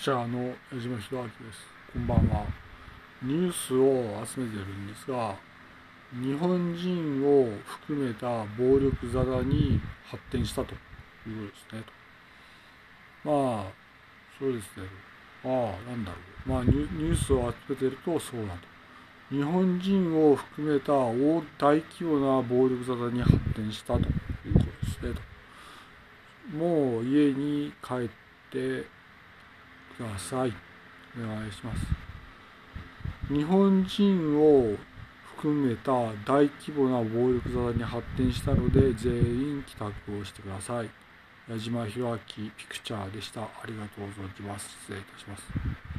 クチャーの矢島弘明です。こんばんは。ニュースを集めているんですが、日本人を含めた暴力沙汰に発展したということですね。そうですね。なんだろう。ニュースを集めているとそうだと。日本人を含めた大規模な暴力沙汰に発展したということですね。もう家に帰ってください。お願いします。日本人を含めた大規模な暴力沙汰に発展したので、全員帰宅をしてください。矢島弘明ピクチャーでした。ありがとうございます。失礼いたします。